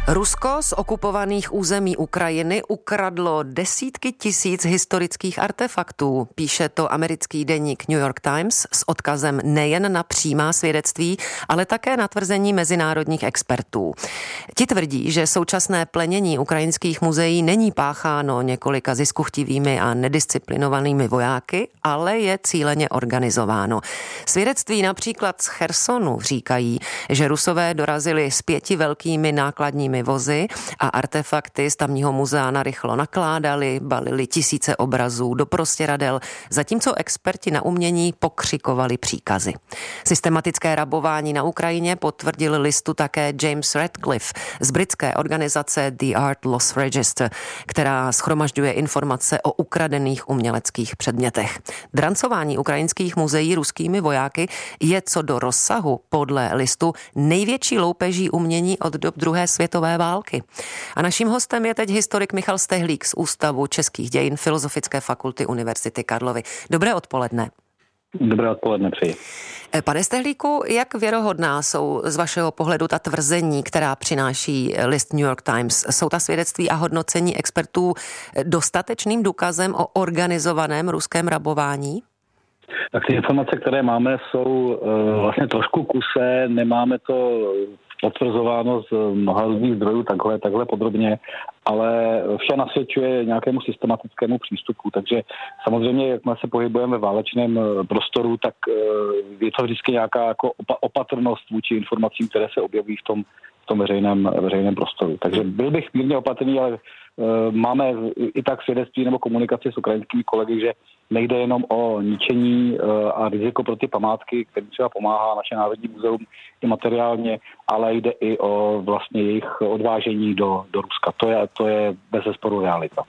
Rusko z okupovaných území Ukrajiny ukradlo desítky tisíc historických artefaktů. Píše to americký deník New York Times s odkazem nejen na přímá svědectví, ale také na tvrzení mezinárodních expertů. Ti tvrdí, že současné plenění ukrajinských muzeí není pácháno několika ziskuchtivými a nedisciplinovanými vojáky, ale je cíleně organizováno. Svědectví například z Chersonu říkají, že Rusové dorazili s 5 velkými nákladními vozy a artefakty z tamního muzea narychlo nakládali, balili tisíce obrazů do prostěradel, zatímco experti na umění pokřikovali příkazy. Systematické rabování na Ukrajině potvrdil listu také James Radcliffe z britské organizace The Art Loss Register, která shromažďuje informace o ukradených uměleckých předmětech. Drancování ukrajinských muzeí ruskými vojáky je co do rozsahu podle listu největší loupeží umění od dob druhé světové války. A naším hostem je teď historik Michal Stehlík z Ústavu českých dějin Filozofické fakulty Univerzity Karlovy. Dobré odpoledne. Dobré odpoledne přeji. Pane Stehlíku, jak věrohodná jsou z vašeho pohledu ta tvrzení, která přináší list New York Times? Jsou ta svědectví a hodnocení expertů dostatečným důkazem o organizovaném ruském rabování? Tak ty informace, které máme, jsou vlastně trošku kusé, nemáme to potvrzováno z mnoha různých zdrojů takhle podrobně, ale vše nasvědčuje nějakému systematickému přístupu. Takže samozřejmě, jak se pohybujeme ve válečném prostoru, tak je to vždycky nějaká jako opatrnost vůči informacím, které se objeví v tom veřejném prostoru. Takže byl bych mírně opatrný, ale máme i tak svědectví nebo komunikaci s ukrajinskými kolegy, že nejde jenom o ničení a riziko pro ty památky, kterým třeba pomáhá naše Národní muzeum i materiálně, ale jde i o vlastně jejich odvážení do Ruska. To je bezesporu realita.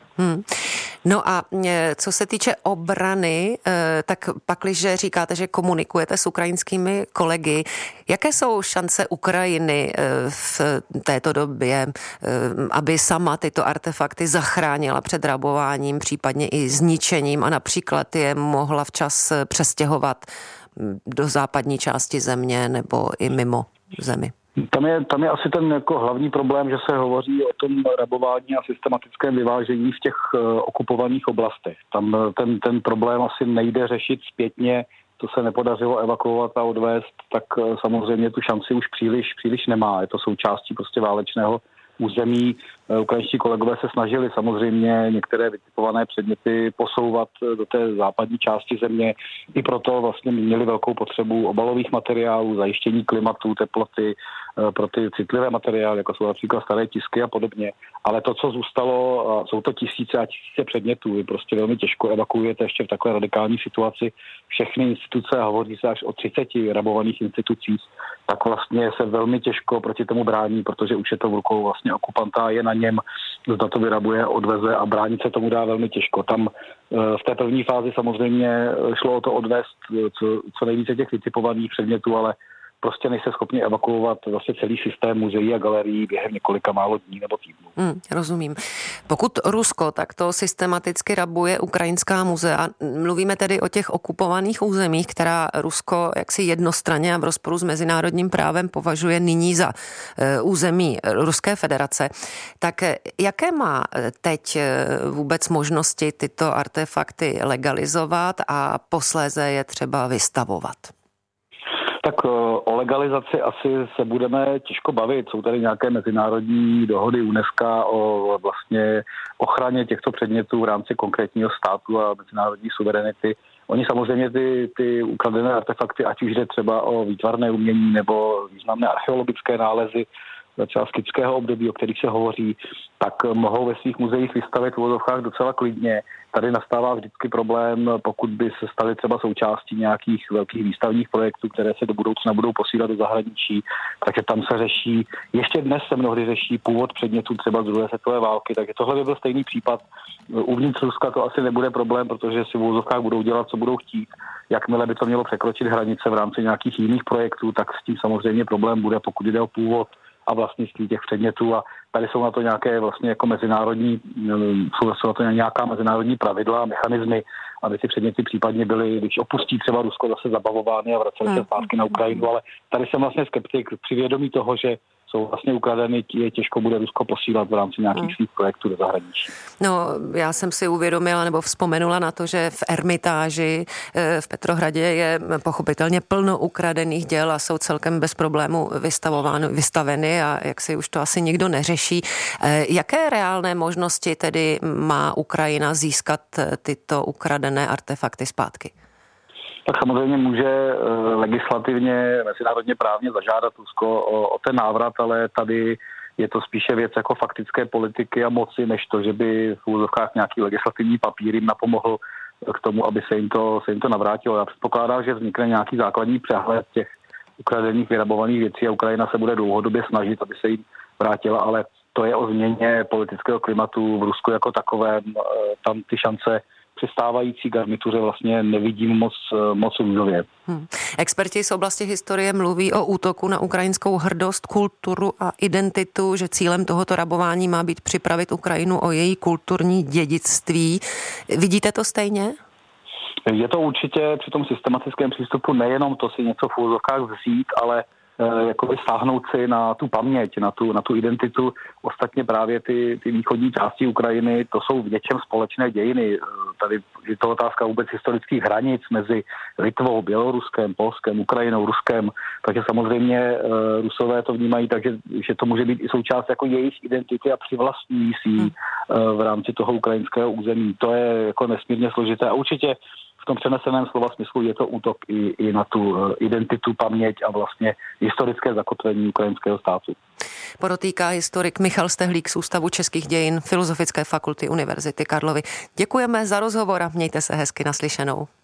No a co se týče obrany, tak pakliže říkáte, že komunikujete s ukrajinskými kolegy, jaké jsou šance Ukrajiny v této době, aby sama tyto artefakty zachránila před rabováním, případně i zničením a například je mohla včas přestěhovat do západní části země nebo i mimo zemi? Tam je asi ten jako hlavní problém, že se hovoří o tom rabování a systematickém vyvážení v těch okupovaných oblastech. Tam ten problém asi nejde řešit zpětně, to se nepodařilo evakuovat a odvést, tak samozřejmě tu šanci už příliš nemá. Je to součástí prostě válečného území. Ukrajinští kolegové se snažili samozřejmě některé vytipované předměty posouvat do té západní části země. I proto vlastně měli velkou potřebu obalových materiálů, zajištění klimatu, teploty pro ty citlivé materiály, jako jsou například staré tisky a podobně. Ale to, co zůstalo, jsou to tisíce a tisíce předmětů. Je prostě velmi těžko evakuujete ještě v takové radikální situaci všechny instituce, a hovoří se až o 30 rabovaných institucích, tak vlastně se velmi těžko proti tomu brání, protože už je to v rukou vlastně okupanta, je na něm, zda to vyrabuje, odveze a bránit se tomu dá velmi těžko. Tam v té první fázi samozřejmě šlo o to odvést co nejvíce těch vytipovaných předmětů, ale prostě nejste schopni evakuovat vlastně celý systém muzeí a galerií během několika málo dní nebo týdnů. Rozumím. Pokud Rusko takto systematicky rabuje ukrajinská muzea, mluvíme tedy o těch okupovaných územích, která Rusko jaksi jednostranně a v rozporu s mezinárodním právem považuje nyní za území Ruské federace, tak jaké má teď vůbec možnosti tyto artefakty legalizovat a posléze je třeba vystavovat? Tak o legalizaci asi se budeme těžko bavit. Jsou tady nějaké mezinárodní dohody UNESCO o vlastně ochraně těchto předmětů v rámci konkrétního státu a mezinárodní suverenity. Oni samozřejmě ty ukradené artefakty, ať už jde třeba o výtvarné umění nebo významné archeologické nálezy, třeba z kytského období, o kterých se hovoří, tak mohou ve svých muzeích vystavit v uvozovkách docela klidně. Tady nastává vždycky problém, pokud by se staly třeba součástí nějakých velkých výstavních projektů, které se do budoucna budou posílat do zahraničí, takže tam se řeší, ještě dnes se mnohdy řeší původ předmětů třeba z druhé světové války, takže tohle by byl stejný případ. Uvnitř Ruska to asi nebude problém, protože si v uvozovkách budou dělat, co budou chtít. Jakmile by to mělo překročit hranice v rámci nějakých jiných projektů, tak s tím samozřejmě problém bude, pokud jde o původ a vlastnictví těch předmětů, a tady jsou na to nějaké vlastně jako jsou na to nějaká mezinárodní pravidla a mechanismy, aby ty předměty případně byly, když opustí třeba Rusko, zase zabavovány a vracely se zpátky na Ukrajinu, ale tady jsem vlastně skeptik při vědomí toho, že jsou vlastně ukradeny, je těžko bude Rusko posílat v rámci nějakých svých projektů do zahraničí. No, já jsem si uvědomila nebo vzpomenula na to, že v Ermitáži v Petrohradě je pochopitelně plno ukradených děl a jsou celkem bez problému vystaveny a jak si už to asi nikdo neřeší. Jaké reálné možnosti tedy má Ukrajina získat tyto ukradené artefakty zpátky? Tak samozřejmě může legislativně, mezinárodně právně zažádat Rusko o ten návrat, ale tady je to spíše věc jako faktické politiky a moci, než to, že by v úzovkách nějaký legislativní papír jim napomohl k tomu, aby se jim to navrátilo. Já předpokládám, že vznikne nějaký základní přehled těch ukradených, vyrabovaných věcí a Ukrajina se bude dlouhodobě snažit, aby se jim vrátila, ale to je o změně politického klimatu v Rusku jako takovém. Tam ty šance přistávající garnituře vlastně nevidím moc růžově. Experti z oblasti historie mluví o útoku na ukrajinskou hrdost, kulturu a identitu, že cílem tohoto rabování má být připravit Ukrajinu o její kulturní dědictví. Vidíte to stejně? Je to určitě při tom systematickém přístupu nejenom to si něco v úzovkách vzít, ale jakoby sáhnout si na tu paměť, na tu identitu. Ostatně právě ty východní části Ukrajiny, to jsou v něčem společné dějiny. Tady je to otázka vůbec historických hranic mezi Litvou, Běloruskem, Polskem, Ukrajinou, Ruskem. Takže samozřejmě Rusové to vnímají tak, že to může být i součást jako jejich identity a přivlastní si v rámci toho ukrajinského území. To je jako nesmírně složité a určitě v tom přeneseném slova smyslu je to útok i na tu identitu, paměť a vlastně historické zakotvení ukrajinského státu. Podotýká historik Michal Stehlík z Ústavu českých dějin Filozofické fakulty Univerzity Karlovy. Děkujeme za rozhovor a mějte se hezky, naslyšenou.